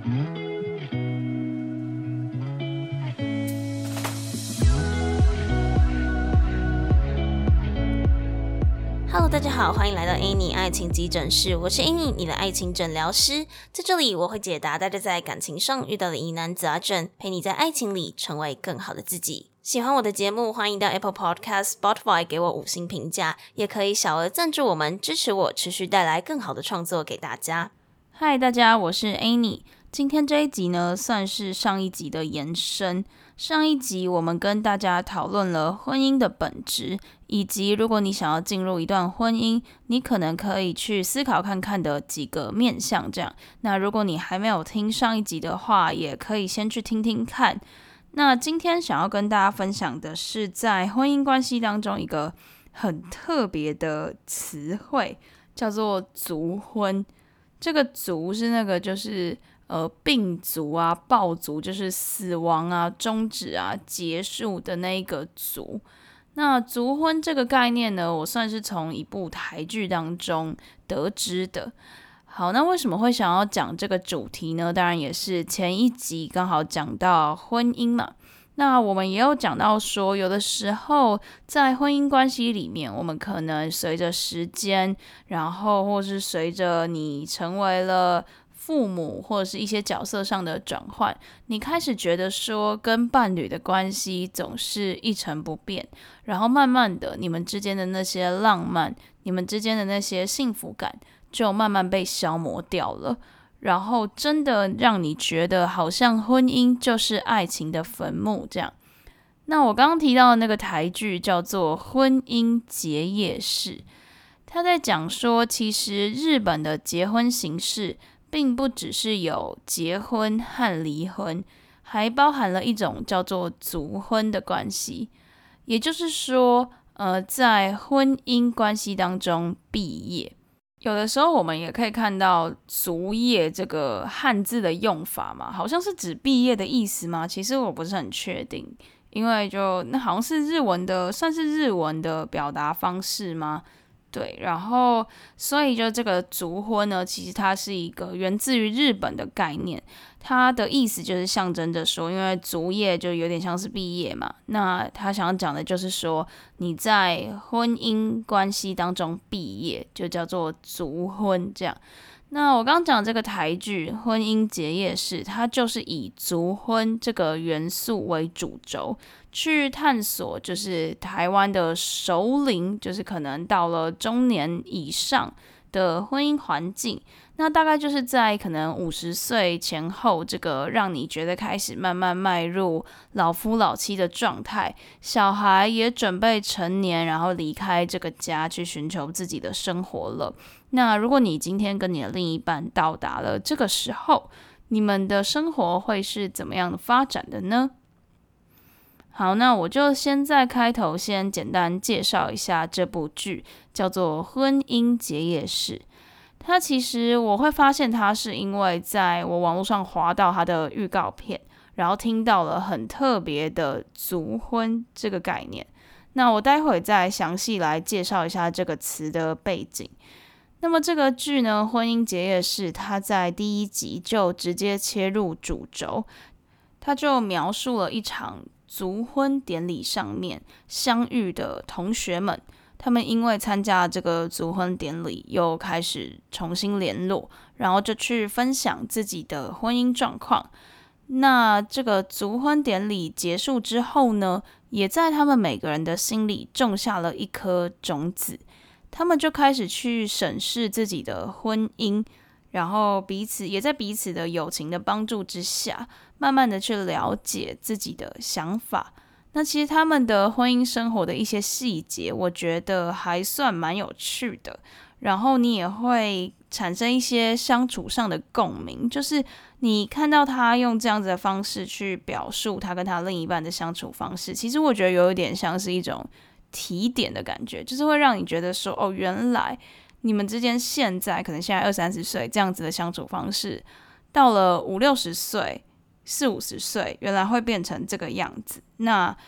Hello， 大家好，欢迎来到 Annie 爱情急诊室，我是 Annie， 你的爱情诊疗师。在这里，我会解答大家在感情上遇到的疑难杂症，陪你在爱情里成为更好的自己。喜欢我的节目，欢迎到 Apple Podcast、Spotify 给我5星评价，也可以小额赞助我们，支持我持续带来更好的创作给大家。嗨，大家，我是 Annie。今天这一集呢，算是上一集的延伸。上一集我们跟大家讨论了婚姻的本质，以及如果你想要进入一段婚姻，你可能可以去思考看看的几个面向这样。那如果你还没有听上一集的话，也可以先去听听看。那今天想要跟大家分享的是，在婚姻关系当中一个很特别的词汇，叫做族婚。这个族是那个就是病族啊、爆族，就是死亡啊、终止啊、结束的那一个族。那族婚这个概念呢，我算是从一部台剧当中得知的。好，那为什么会想要讲这个主题呢？当然也是前一集刚好讲到婚姻嘛。那我们也有讲到说，有的时候在婚姻关系里面，我们可能随着时间，然后或是随着你成为了父母或者是一些角色上的转换，你开始觉得说跟伴侣的关系总是一成不变，然后慢慢的你们之间的那些浪漫，你们之间的那些幸福感就慢慢被消磨掉了，然后真的让你觉得好像婚姻就是爱情的坟墓这样。那我刚刚提到的那个台剧叫做《婚姻结业式》，他在讲说其实日本的结婚形式并不只是有结婚和离婚，还包含了一种叫做族婚的关系。也就是说，在婚姻关系当中毕业，有的时候我们也可以看到族业这个汉字的用法嘛，好像是指毕业的意思吗？其实我不是很确定，因为那好像是日文的，算是日文的表达方式吗？对，然后所以就这个族婚呢，其实它是一个源自于日本的概念，它的意思就是象征着说，因为族业就有点像是毕业嘛，那他想要讲的就是说，你在婚姻关系当中毕业，就叫做族婚这样。那我刚刚讲这个台剧《婚姻结业式》，它就是以族婚这个元素为主轴，去探索就是台湾的熟龄，就是可能到了中年以上的婚姻环境。那大概就是在可能50岁前后，这个让你觉得开始慢慢迈入老夫老妻的状态，小孩也准备成年，然后离开这个家去寻求自己的生活了。那如果你今天跟你的另一半到达了这个时候，你们的生活会是怎么样的发展的呢？好，那我就先在开头先简单介绍一下这部剧，叫做《婚姻结业式》。它其实我会发现它是因为在我网络上滑到它的预告片，然后听到了很特别的族婚这个概念。那我待会再详细来介绍一下这个词的背景。那么这个剧呢，《婚姻结业式》，它在第1集就直接切入主轴，它就描述了一场族婚典礼上面相遇的同学们，他们因为参加这个族婚典礼，又开始重新联络，然后就去分享自己的婚姻状况。那这个族婚典礼结束之后呢，也在他们每个人的心里种下了一颗种子。他们就开始去审视自己的婚姻，然后也在彼此的友情的帮助之下，慢慢的去了解自己的想法。那其实他们的婚姻生活的一些细节，我觉得还算蛮有趣的。然后你也会产生一些相处上的共鸣，就是你看到他用这样子的方式去表述他跟他另一半的相处方式，其实我觉得有一点像是一种提点的感觉，就是会让你觉得说，哦，原来你们之间现在可能现在20-30岁这样子的相处方式，到了50-60岁、40-50岁，原来会变成这个样子。那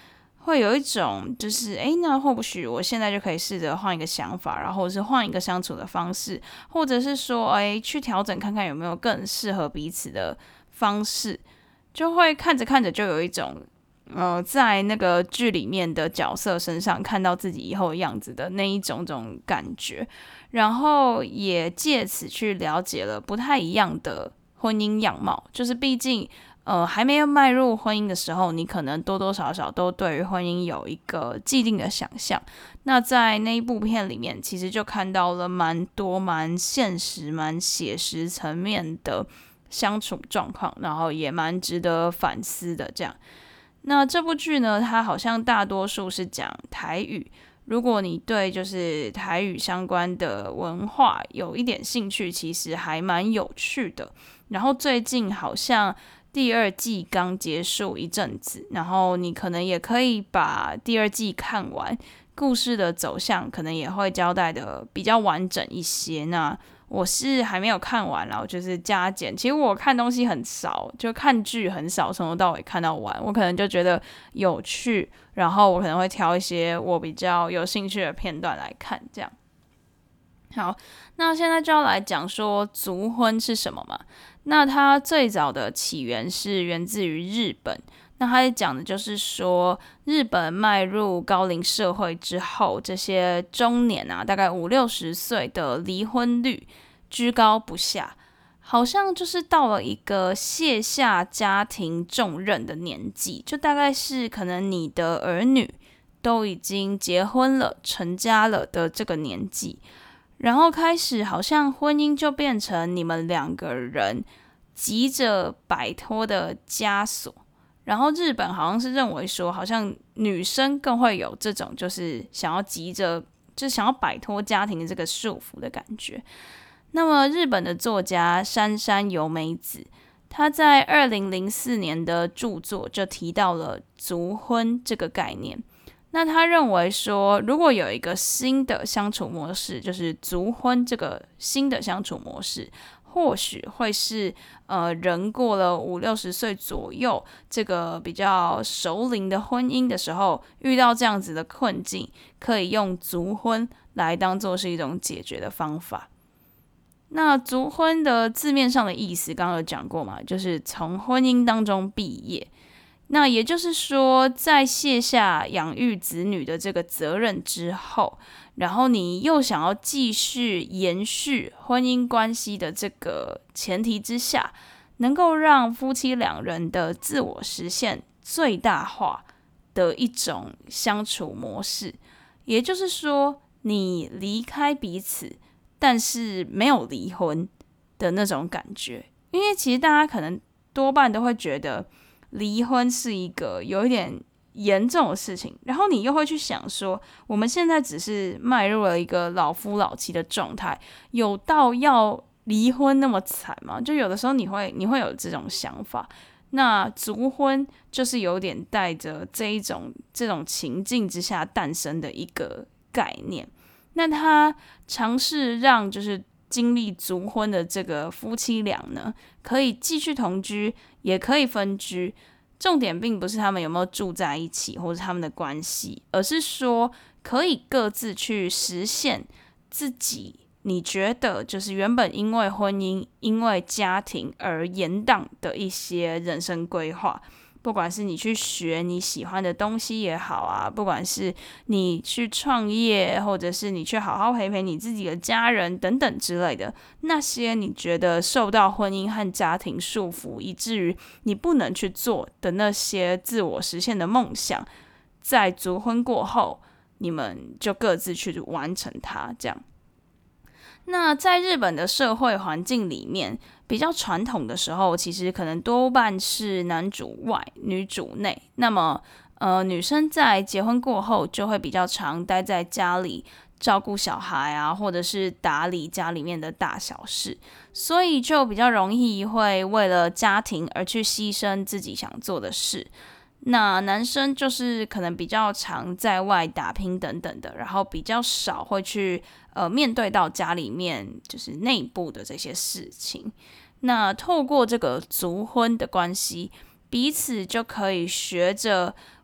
会有一种就是那或许我现在就可以试着换一个想法，然后或者是换一个相处的方式，或者是说去调整看看有没有更适合彼此的方式，就会看着看着就有一种在那个剧里面的角色身上看到自己以后的样子的那一种感觉，然后也借此去了解了不太一样的婚姻样貌，就是毕竟还没有迈入婚姻的时候，你可能多多少少都对于婚姻有一个既定的想象。那在那一部片里面，其实就看到了蛮多蛮现实、蛮写实层面的相处状况，然后也蛮值得反思的这样。那这部剧呢，它好像大多数是讲台语。如果你对就是台语相关的文化有一点兴趣，其实还蛮有趣的。然后最近好像第二季刚结束一阵子，然后你可能也可以把第二季看完，故事的走向可能也会交代的比较完整一些。那我是还没有看完啦，我就是加减。其实我看东西很少，就看剧很少，从头到尾看到完。我可能就觉得有趣，然后我可能会挑一些我比较有兴趣的片段来看，这样。好，那现在就要来讲说族婚是什么嘛？那它最早的起源是源自于日本。那它讲的就是说，日本迈入高龄社会之后，这些中年大概50-60岁的离婚率居高不下，好像就是到了一个卸下家庭重任的年纪，就大概是可能你的儿女都已经结婚了、成家了的这个年纪。然后开始好像婚姻就变成你们两个人急着摆脱的枷锁，然后日本好像是认为说，好像女生更会有这种就是想要急着就想要摆脱家庭的这个束缚的感觉。那么日本的作家杉山由美子，她在2004年的著作就提到了族婚这个概念。那他认为说，如果有一个新的相处模式，就是族婚这个新的相处模式，或许会是人过了50-60岁左右，这个比较熟龄的婚姻的时候，遇到这样子的困境，可以用族婚来当做是一种解决的方法。那族婚的字面上的意思，刚刚有讲过嘛，就是从婚姻当中毕业。那也就是说，在卸下养育子女的这个责任之后，然后你又想要继续延续婚姻关系的这个前提之下，能够让夫妻两人的自我实现最大化的一种相处模式。也就是说，你离开彼此，但是没有离婚的那种感觉。因为其实大家可能多半都会觉得离婚是一个有一点严重的事情，然后你又会去想说，我们现在只是迈入了一个老夫老妻的状态，有到要离婚那么惨吗？就有的时候你会有这种想法。那族婚就是有点带着这种情境之下诞生的一个概念。那他尝试让就是经历族婚的这个夫妻俩呢，可以继续同居，也可以分居。重点并不是他们有没有住在一起，或是他们的关系，而是说可以各自去实现自己你觉得就是原本因为婚姻、因为家庭而延宕的一些人生规划。不管是你去学你喜欢的东西也好啊，不管是你去创业，或者是你去好好陪陪你自己的家人等等之类的，那些你觉得受到婚姻和家庭束缚，以至于你不能去做的那些自我实现的梦想，在族婚过后，你们就各自去完成它，这样。那在日本的社会环境里面，比较传统的时候，其实可能多半是男主外女主内。那么女生在结婚过后就会比较常待在家里照顾小孩啊，或者是打理家里面的大小事，所以就比较容易会为了家庭而去牺牲自己想做的事。那男生就是可能比较常在外打拼等等的，然后比较少会去面对到家里面就是内部的这些事情。那透过这个族婚的关系，彼此就可以学着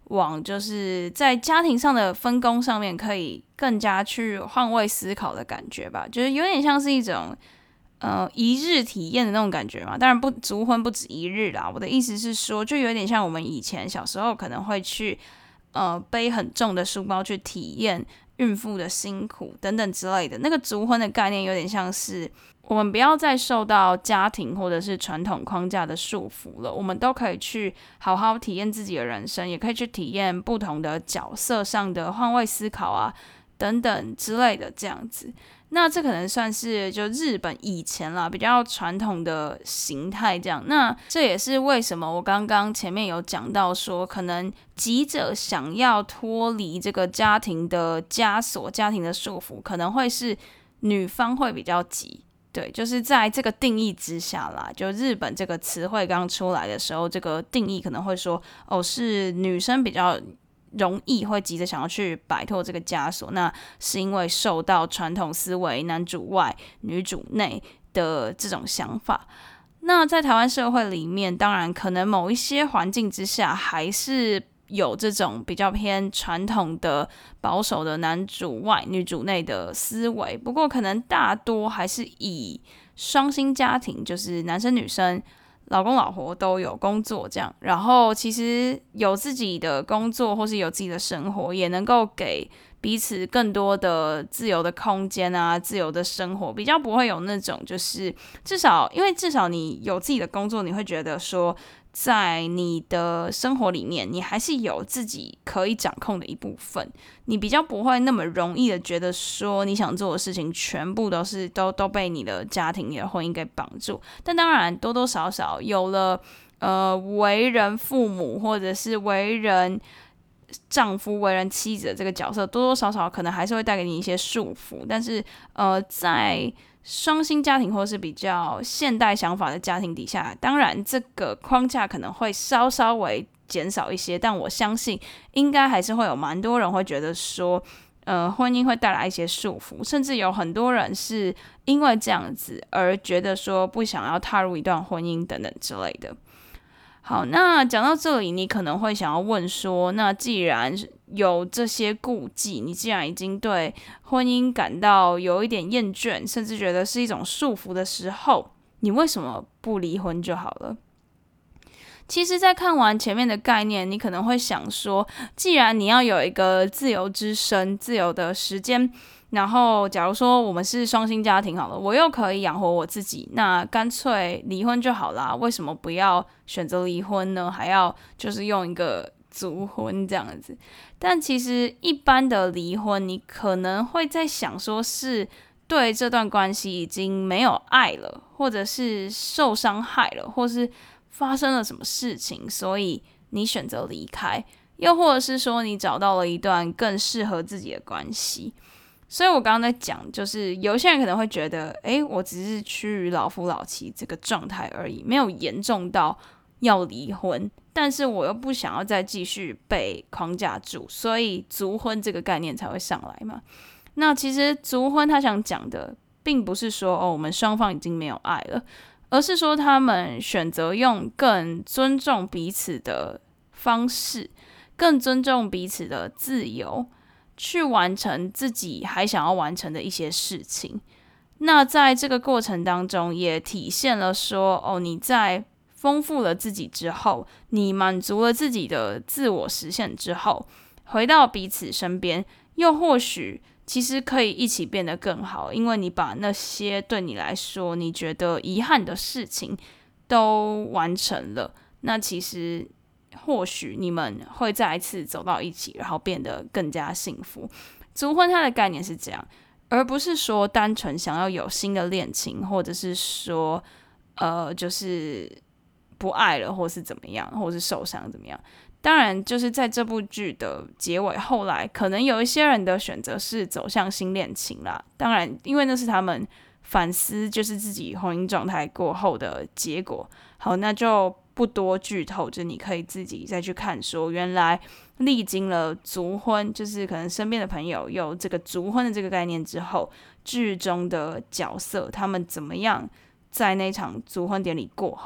往就是在家庭上的分工上面可以更加去换位思考的感觉吧，就是有点像是一种一日体验的那种感觉嘛。当然足婚不止一日啦，我的意思是说，就有点像我们以前小时候可能会去背很重的书包去体验孕妇的辛苦等等之类的。那个足婚的概念有点像是我们不要再受到家庭或者是传统框架的束缚了，我们都可以去好好体验自己的人生，也可以去体验不同的角色上的换位思考啊等等之类的这样子。那这可能算是就日本以前啦比较传统的形态这样。那这也是为什么我刚刚前面有讲到说，可能急着想要脱离这个家庭的枷锁、家庭的束缚，可能会是女方会比较急。对，就是在这个定义之下啦，就日本这个词汇刚出来的时候，这个定义可能会说，是女生比较容易会急着想要去摆脱这个枷锁，那是因为受到传统思维男主外女主内的这种想法。那在台湾社会里面，当然可能某一些环境之下还是有这种比较偏传统的保守的男主外女主内的思维，不过可能大多还是以双薪家庭，就是男生女生老公老婆都有工作这样，然后其实有自己的工作或是有自己的生活，也能够给彼此更多的自由的空间啊，自由的生活，比较不会有那种就是至少你有自己的工作，你会觉得说在你的生活里面，你还是有自己可以掌控的一部分，你比较不会那么容易的觉得说你想做的事情全部都被你的家庭、你的婚姻给绑住。但当然多多少少有了为人父母或者是为人丈夫、为人妻子的这个角色，多多少少可能还是会带给你一些束缚。但是在双薪家庭或是比较现代想法的家庭底下，当然这个框架可能会稍微减少一些，但我相信应该还是会有蛮多人会觉得说婚姻会带来一些束缚，甚至有很多人是因为这样子而觉得说不想要踏入一段婚姻等等之类的。好，那讲到这里，你可能会想要问说，那既然有这些顾忌，你既然已经对婚姻感到有一点厌倦，甚至觉得是一种束缚的时候，你为什么不离婚就好了？其实在看完前面的概念，你可能会想说，既然你要有一个自由之身、自由的时间，然后假如说我们是双薪家庭好了，我又可以养活我自己，那干脆离婚就好啦，为什么不要选择离婚呢？还要就是用一个足婚这样子。但其实一般的离婚，你可能会在想说是对这段关系已经没有爱了，或者是受伤害了，或是发生了什么事情，所以你选择离开，又或者是说你找到了一段更适合自己的关系。所以我刚刚在讲，就是有些人可能会觉得，我只是趋于老夫老妻这个状态而已，没有严重到要离婚，但是我又不想要再继续被框架住，所以足婚这个概念才会上来嘛。那其实足婚他想讲的，并不是说我们双方已经没有爱了，而是说他们选择用更尊重彼此的方式，更尊重彼此的自由，去完成自己还想要完成的一些事情。那在这个过程当中，也体现了说，你在丰富了自己之后，你满足了自己的自我实现之后，回到彼此身边，又或许其实可以一起变得更好，因为你把那些对你来说你觉得遗憾的事情都完成了，那其实或许你们会再一次走到一起，然后变得更加幸福。足婚它的概念是这样，而不是说单纯想要有新的恋情，或者是说就是不爱了，或是怎么样，或是受伤怎么样。当然就是在这部剧的结尾，后来可能有一些人的选择是走向新恋情啦，当然因为那是他们反思就是自己婚姻状态过后的结果。好，那就不多剧透，就你可以自己再去看说，原来历经了足婚，就是可能身边的朋友有这个足婚的这个概念之后，剧中的角色他们怎么样在那场足婚典礼过后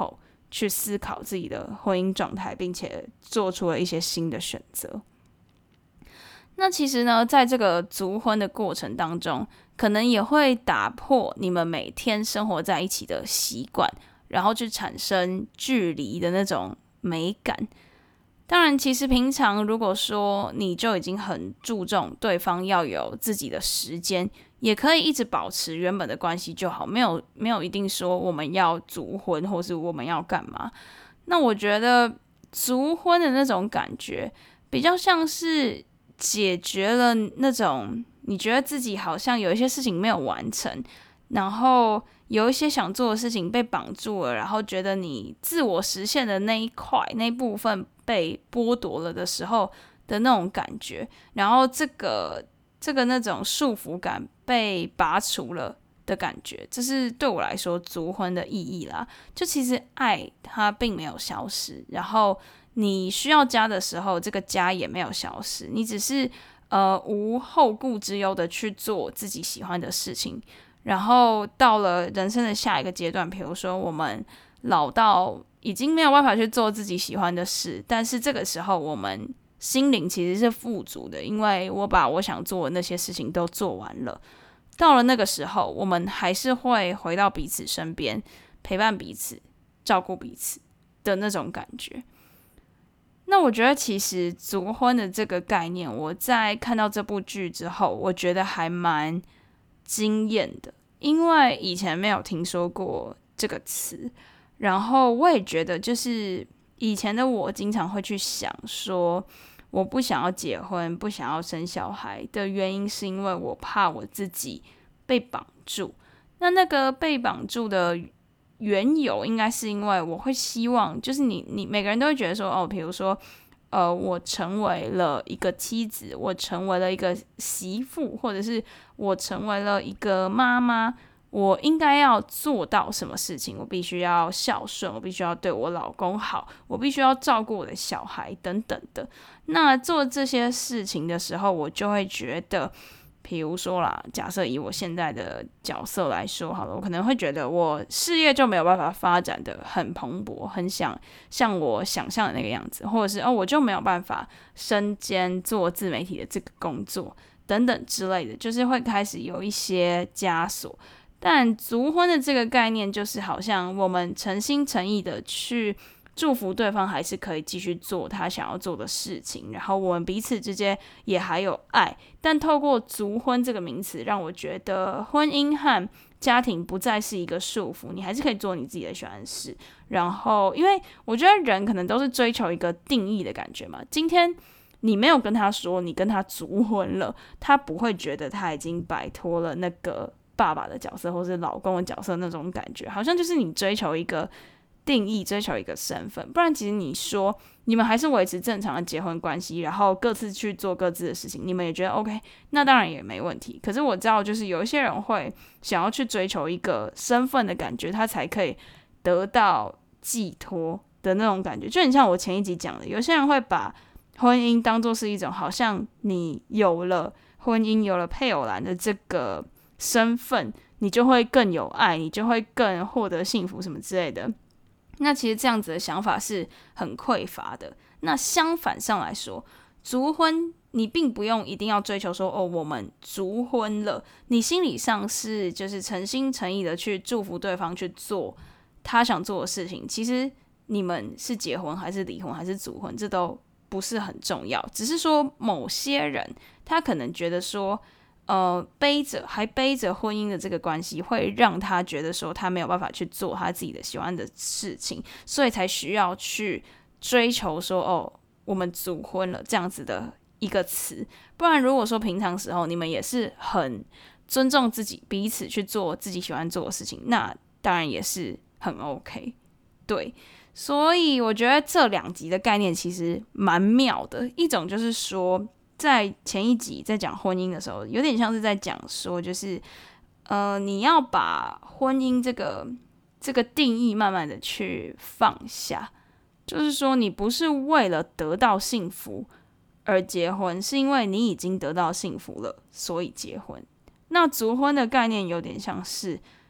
去思考自己的婚姻状态，并且做出了一些新的选择。那其实呢，在这个足婚的过程当中，可能也会打破你们每天生活在一起的习惯，然后去产生距离的那种美感。当然，其实平常如果说你就已经很注重对方要有自己的时间，也可以一直保持原本的关系就好，没有一定说我们要足婚或是我们要干嘛。那我觉得足婚的那种感觉，比较像是解决了那种你觉得自己好像有一些事情没有完成，然后有一些想做的事情被绑住了，然后觉得你自我实现的那一块那一部分被剥夺了的时候的那种感觉，然后这个那种束缚感被拔除了的感觉，这是对我来说足婚的意义啦。就其实爱它并没有消失，然后你需要家的时候，这个家也没有消失，你只是无后顾之忧的去做自己喜欢的事情。然后到了人生的下一个阶段，比如说我们老到已经没有办法去做自己喜欢的事，但是这个时候我们心灵其实是富足的，因为我把我想做的那些事情都做完了。到了那个时候，我们还是会回到彼此身边，陪伴彼此，照顾彼此的那种感觉。那我觉得其实足婚的这个概念，我在看到这部剧之后，我觉得还蛮惊艳的，因为以前没有听说过这个词。然后我也觉得，就是以前的我经常会去想说，我不想要结婚，不想要生小孩的原因，是因为我怕我自己被绑住。那个被绑住的缘由，应该是因为我会希望，就是你每个人都会觉得说，哦，比如说，我成为了一个妻子，我成为了一个媳妇，或者是我成为了一个妈妈。我应该要做到什么事情？我必须要孝顺，我必须要对我老公好，我必须要照顾我的小孩等等的。那做这些事情的时候，我就会觉得，比如说啦，假设以我现在的角色来说好了，我可能会觉得我事业就没有办法发展的很蓬勃，很像我想象的那个样子，或者是我就没有办法身兼做自媒体的这个工作等等之类的，就是会开始有一些枷锁。但足婚的这个概念，就是好像我们诚心诚意的去祝福对方，还是可以继续做他想要做的事情，然后我们彼此之间也还有爱。但透过足婚这个名词，让我觉得婚姻和家庭不再是一个束缚，你还是可以做你自己的喜欢的事。然后，因为我觉得人可能都是追求一个定义的感觉嘛，今天你没有跟他说你跟他足婚了，他不会觉得他已经摆脱了那个爸爸的角色或是老公的角色那种感觉，好像就是你追求一个定义，追求一个身份。不然其实你说你们还是维持正常的结婚关系，然后各自去做各自的事情，你们也觉得 OK， 那当然也没问题。可是我知道就是有一些人会想要去追求一个身份的感觉，他才可以得到寄托的那种感觉。就很像我前一集讲的，有些人会把婚姻当作是一种好像你有了婚姻，有了配偶栏的这个身份，你就会更有爱，你就会更获得幸福什么之类的。那其实这样子的想法是很匮乏的。那相反上来说，足婚你并不用一定要追求说我们足婚了，你心理上是就是诚心诚意的去祝福对方去做他想做的事情。其实你们是结婚还是离婚还是足婚，这都不是很重要，只是说某些人他可能觉得说背着婚姻的这个关系，会让他觉得说他没有办法去做他自己的喜欢的事情，所以才需要去追求说我们足婚了这样子的一个词。不然如果说平常时候你们也是很尊重自己彼此去做自己喜欢做的事情，那当然也是很 OK。 对，所以我觉得这两集的概念其实蛮妙的。一种就是说，在前一集在讲婚姻的时候，有点像是在讲说，就是你要把婚姻这个定义慢慢的去放下，就是说你不是为了得到幸福而结婚，是因为你已经得到幸福了，所以结婚。那足婚的概念有点像是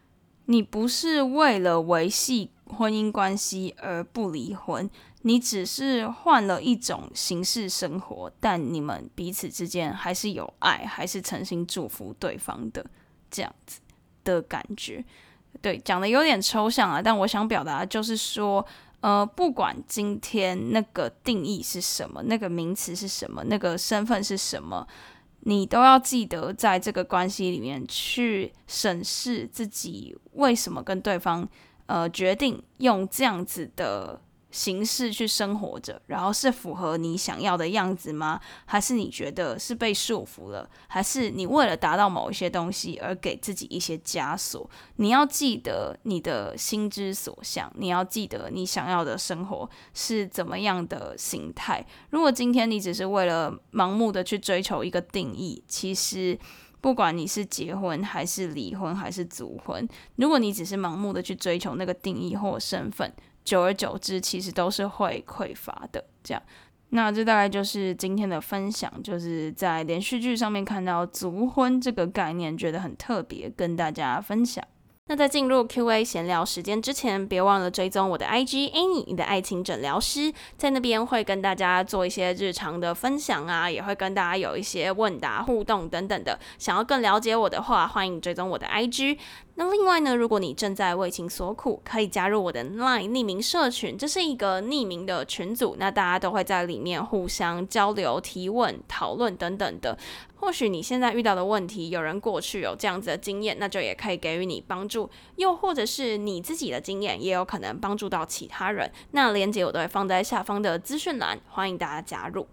你不是为了维系婚姻关系而不离婚，你只是换了一种形式生活，但你们彼此之间还是有爱，还是诚心祝福对方的这样子的感觉。对，讲的有点抽象啊，但我想表达的就是说，不管今天那个定义是什么，那个名词是什么，那个身份是什么，你都要记得在这个关系里面去审视自己为什么跟对方决定用这样子的形式去生活着，然后是符合你想要的样子吗？还是你觉得是被束缚了？还是你为了达到某一些东西而给自己一些枷锁？你要记得你的心之所向，你要记得你想要的生活是怎么样的形态。如果今天你只是为了盲目的去追求一个定义，其实不管你是结婚还是离婚还是组婚，如果你只是盲目的去追求那个定义或身份，久而久之其实都是会匮乏的。这样，那这大概就是今天的分享，就是在连续剧上面看到族婚这个概念，觉得很特别，跟大家分享。 那在进入 Q&A 闲聊时间之前，别忘了追踪我的 IG Annie 你的爱情诊疗师，在那边会跟大家做一些日常的分享啊，也会跟大家有一些问答互动等等的。想要更了解我的话，欢迎追踪我的 IG。那另外呢，如果你正在为情所苦，可以加入我的 LINE 匿名社群，这是一个匿名的群组，那大家都会在里面互相交流、提问、讨论等等的。或许你现在遇到的问题，有人过去有这样子的经验，那就也可以给予你帮助，又或者是你自己的经验，也有可能帮助到其他人。那连结我都会放在下方的资讯栏，欢迎大家加入。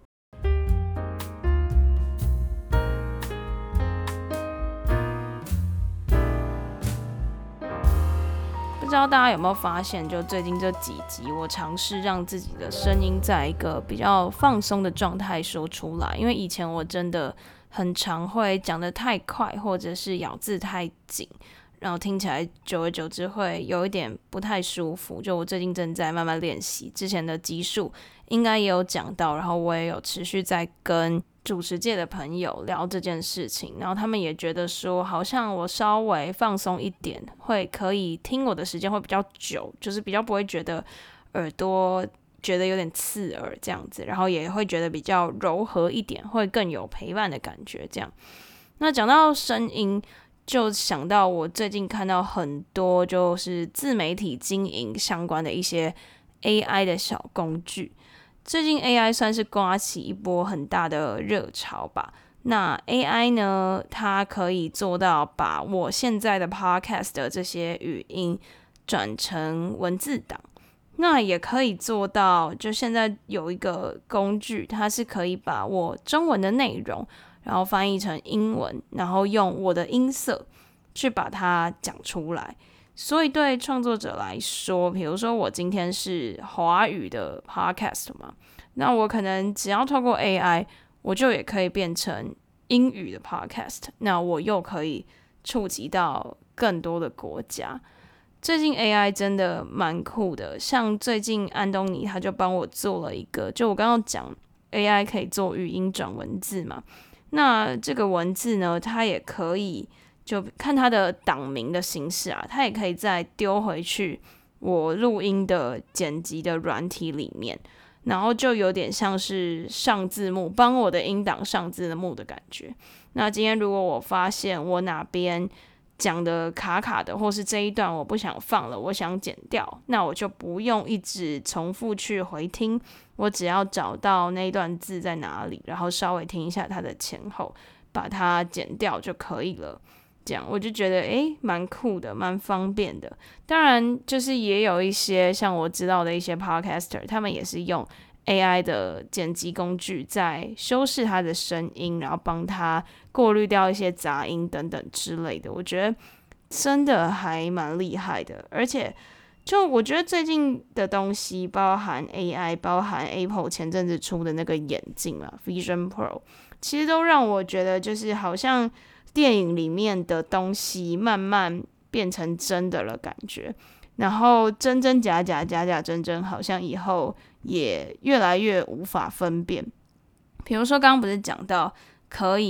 不知道大家有没有发现，就最近这几集，我尝试让自己的声音在一个比较放松的状态说出来，因为以前我真的很常会讲得太快，或者是咬字太紧，然后听起来久而久之会有一点不太舒服。就我最近正在慢慢练习，之前的集数应该也有讲到，然后我也有持续在跟主持界的朋友聊这件事情，然后他们也觉得说，好像我稍微放松一点，会可以听我的时间会比较久，就是比较不会觉得耳朵觉得有点刺耳这样子，然后也会觉得比较柔和一点，会更有陪伴的感觉这样。那讲到声音，就想到我最近看到很多就是自媒体经营相关的一些 AI 的小工具。最近 AI 算是刮起一波很大的热潮吧。那 AI 呢，它可以做到把我现在的 podcast 的这些语音转成文字档，那也可以做到，就现在有一个工具，它是可以把我中文的内容，然后翻译成英文，然后用我的音色去把它讲出来。所以对创作者来说，比如说我今天是华语的 podcast 嘛，那我可能只要透过 AI， 我就也可以变成英语的 podcast， 那我又可以触及到更多的国家。最近 AI 真的蛮酷的，像最近安东尼他就帮我做了一个，就我刚刚讲 AI 可以做语音转文字嘛，那这个文字呢，它也可以就看它的档名的形式啊，它也可以再丢回去我录音的剪辑的软体里面，然后就有点像是上字幕，帮我的音档上字幕的感觉。那今天如果我发现我哪边讲的卡卡的，或是这一段我不想放了，我想剪掉，那我就不用一直重复去回听，我只要找到那一段字在哪里，然后稍微听一下它的前后，把它剪掉就可以了。这样我就觉得蛮酷的，蛮方便的。当然就是也有一些像我知道的一些 podcaster， 他们也是用 AI 的剪辑工具在修饰他的声音，然后帮他过滤掉一些杂音等等之类的。我觉得真的还蛮厉害的，而且就我觉得最近的东西，包含 AI， 包含 Apple 前阵子出的那个眼镜啊 Vision Pro， 其实都让我觉得就是好像电影里面的东西慢慢变成真的了感觉，然后真真假假假假真真好像以后也越来越无法分辨。比如说刚刚不是讲到可以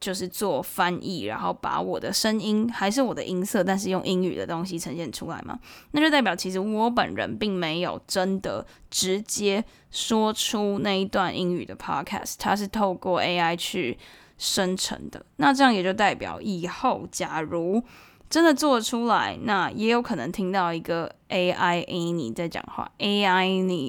就是做翻译，然后把我的声音还是我的音色，但是用英语的东西呈现出来嘛，那就代表其实我本人并没有真的直接说出那一段英语的 podcast， 它是透过 AI 去生成的。那这样也就代表以后假如真的做出来，那也有可能听到一个 AI Annie 在讲话， AI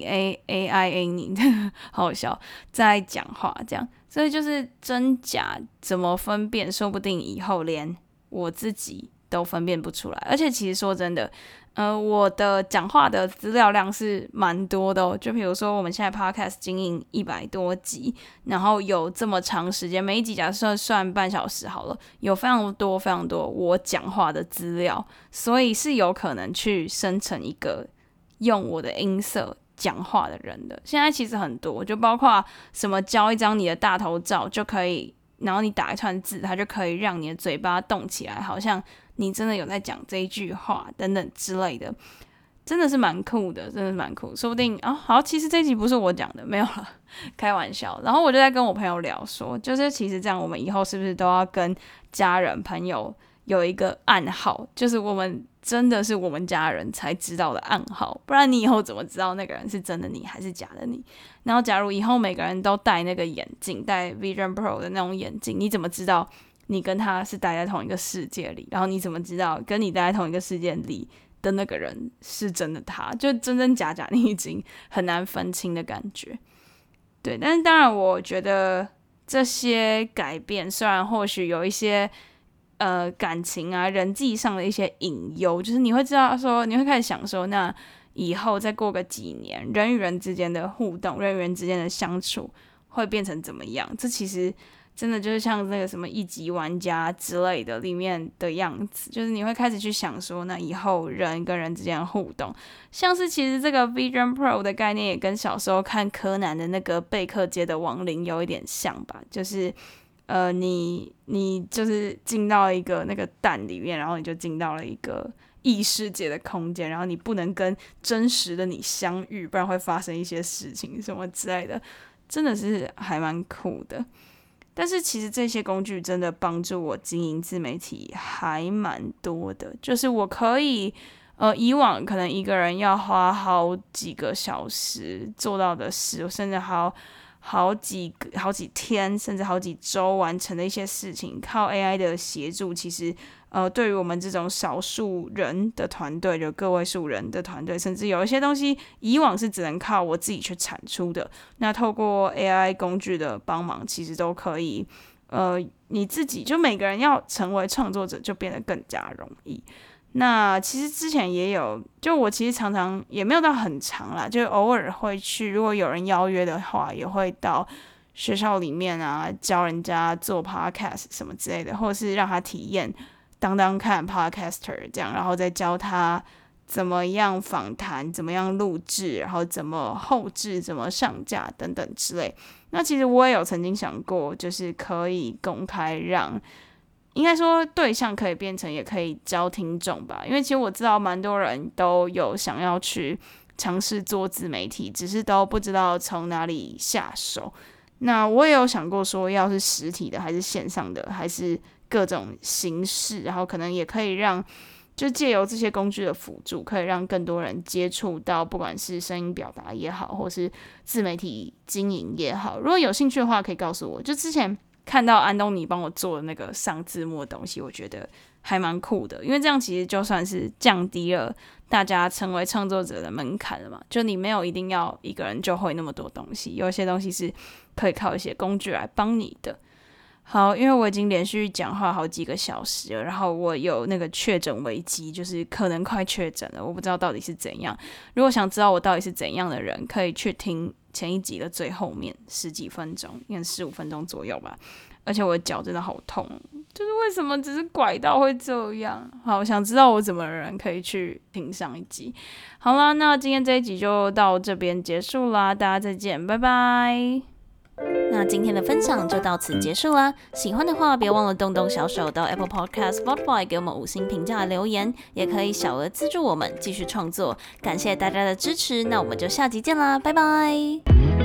Annie 好好笑，在讲话这样。所以就是真假怎么分辨，说不定以后连我自己都分辨不出来。而且其实说真的，我的讲话的资料量是蛮多的哦。就比如说我们现在 podcast 经营100多集，然后有这么长时间，每一集假设算半小时好了，有非常多非常多我讲话的资料，所以是有可能去生成一个用我的音色讲话的人的。现在其实很多，就包括什么交一张你的大头照就可以，然后你打一串字，它就可以让你的嘴巴动起来，好像你真的有在讲这一句话等等之类的，真的是蛮酷的，真的是蛮酷。说不定好，其实这一集不是我讲的，没有了，开玩笑。然后我就在跟我朋友聊说，就是其实这样，我们以后是不是都要跟家人朋友有一个暗号，就是我们真的是我们家人才知道的暗号，不然你以后怎么知道那个人是真的你还是假的你？然后假如以后每个人都戴那个眼镜，戴 Vision Pro 的那种眼镜，你怎么知道你跟他是待在同一个世界里？然后你怎么知道跟你待在同一个世界里的那个人是真的他？就真真假假，你已经很难分清的感觉。对，但是当然我觉得这些改变虽然或许有一些感情啊人际上的一些隐忧，就是你会知道说，你会开始想说，那以后再过个几年，人与人之间的互动，人与人之间的相处会变成怎么样？这其实真的就是像那个什么一级玩家之类的里面的样子，就是你会开始去想说，那以后人跟人之间的互动，像是其实这个 Vision Pro 的概念也跟小时候看柯南的那个贝克街的亡灵有一点像吧，就是你就是进到一个那个蛋里面，然后你就进到了一个异世界的空间，然后你不能跟真实的你相遇，不然会发生一些事情什么之类的，真的是还蛮酷的。但是其实这些工具真的帮助我经营自媒体还蛮多的，就是我可以以往可能一个人要花好几个小时做到的事，甚至好几天甚至好几周完成的一些事情，靠 AI 的协助，其实对于我们这种少数人的团队，就个位数人的团队，甚至有一些东西以往是只能靠我自己去产出的，那透过 AI 工具的帮忙，其实都可以你自己就每个人要成为创作者就变得更加容易。那其实之前也有，就我其实常常也没有到很长啦，就偶尔会去，如果有人邀约的话，也会到学校里面啊，教人家做 podcast 什么之类的，或者是让他体验当看 podcaster 这样，然后再教他怎么样访谈，怎么样录制，然后怎么后制，怎么上架等等之类。那其实我也有曾经想过，就是可以公开让，应该说对象可以变成也可以教听众吧，因为其实我知道蛮多人都有想要去尝试做自媒体，只是都不知道从哪里下手。那我也有想过说，要是实体的还是线上的，还是各种形式，然后可能也可以让就借由这些工具的辅助，可以让更多人接触到不管是声音表达也好，或是自媒体经营也好。如果有兴趣的话可以告诉我，就之前看到安东尼帮我做的那个上字幕的东西，我觉得还蛮酷的，因为这样其实就算是降低了大家成为创作者的门槛了嘛，就你没有一定要一个人就会那么多东西，有一些东西是可以靠一些工具来帮你的。好，因为我已经连续讲话好几个小时了，然后我有那个确诊危机，就是可能快确诊了，我不知道到底是怎样。如果想知道我到底是怎样的人，可以去听前一集的最后面10几分钟，应该15分钟左右吧。而且我的脚真的好痛，就是为什么只是拐到会这样？好，想知道我怎么的人可以去听上一集。好啦，那今天这一集就到这边结束啦，大家再见，拜拜。 那今天的分享就到此结束啦。喜欢的话，别忘了动动小手到 Apple Podcast、Spotify 给我们5星评价留言，也可以小额资助我们继续创作。感谢大家的支持，那我们就下集见啦，拜拜。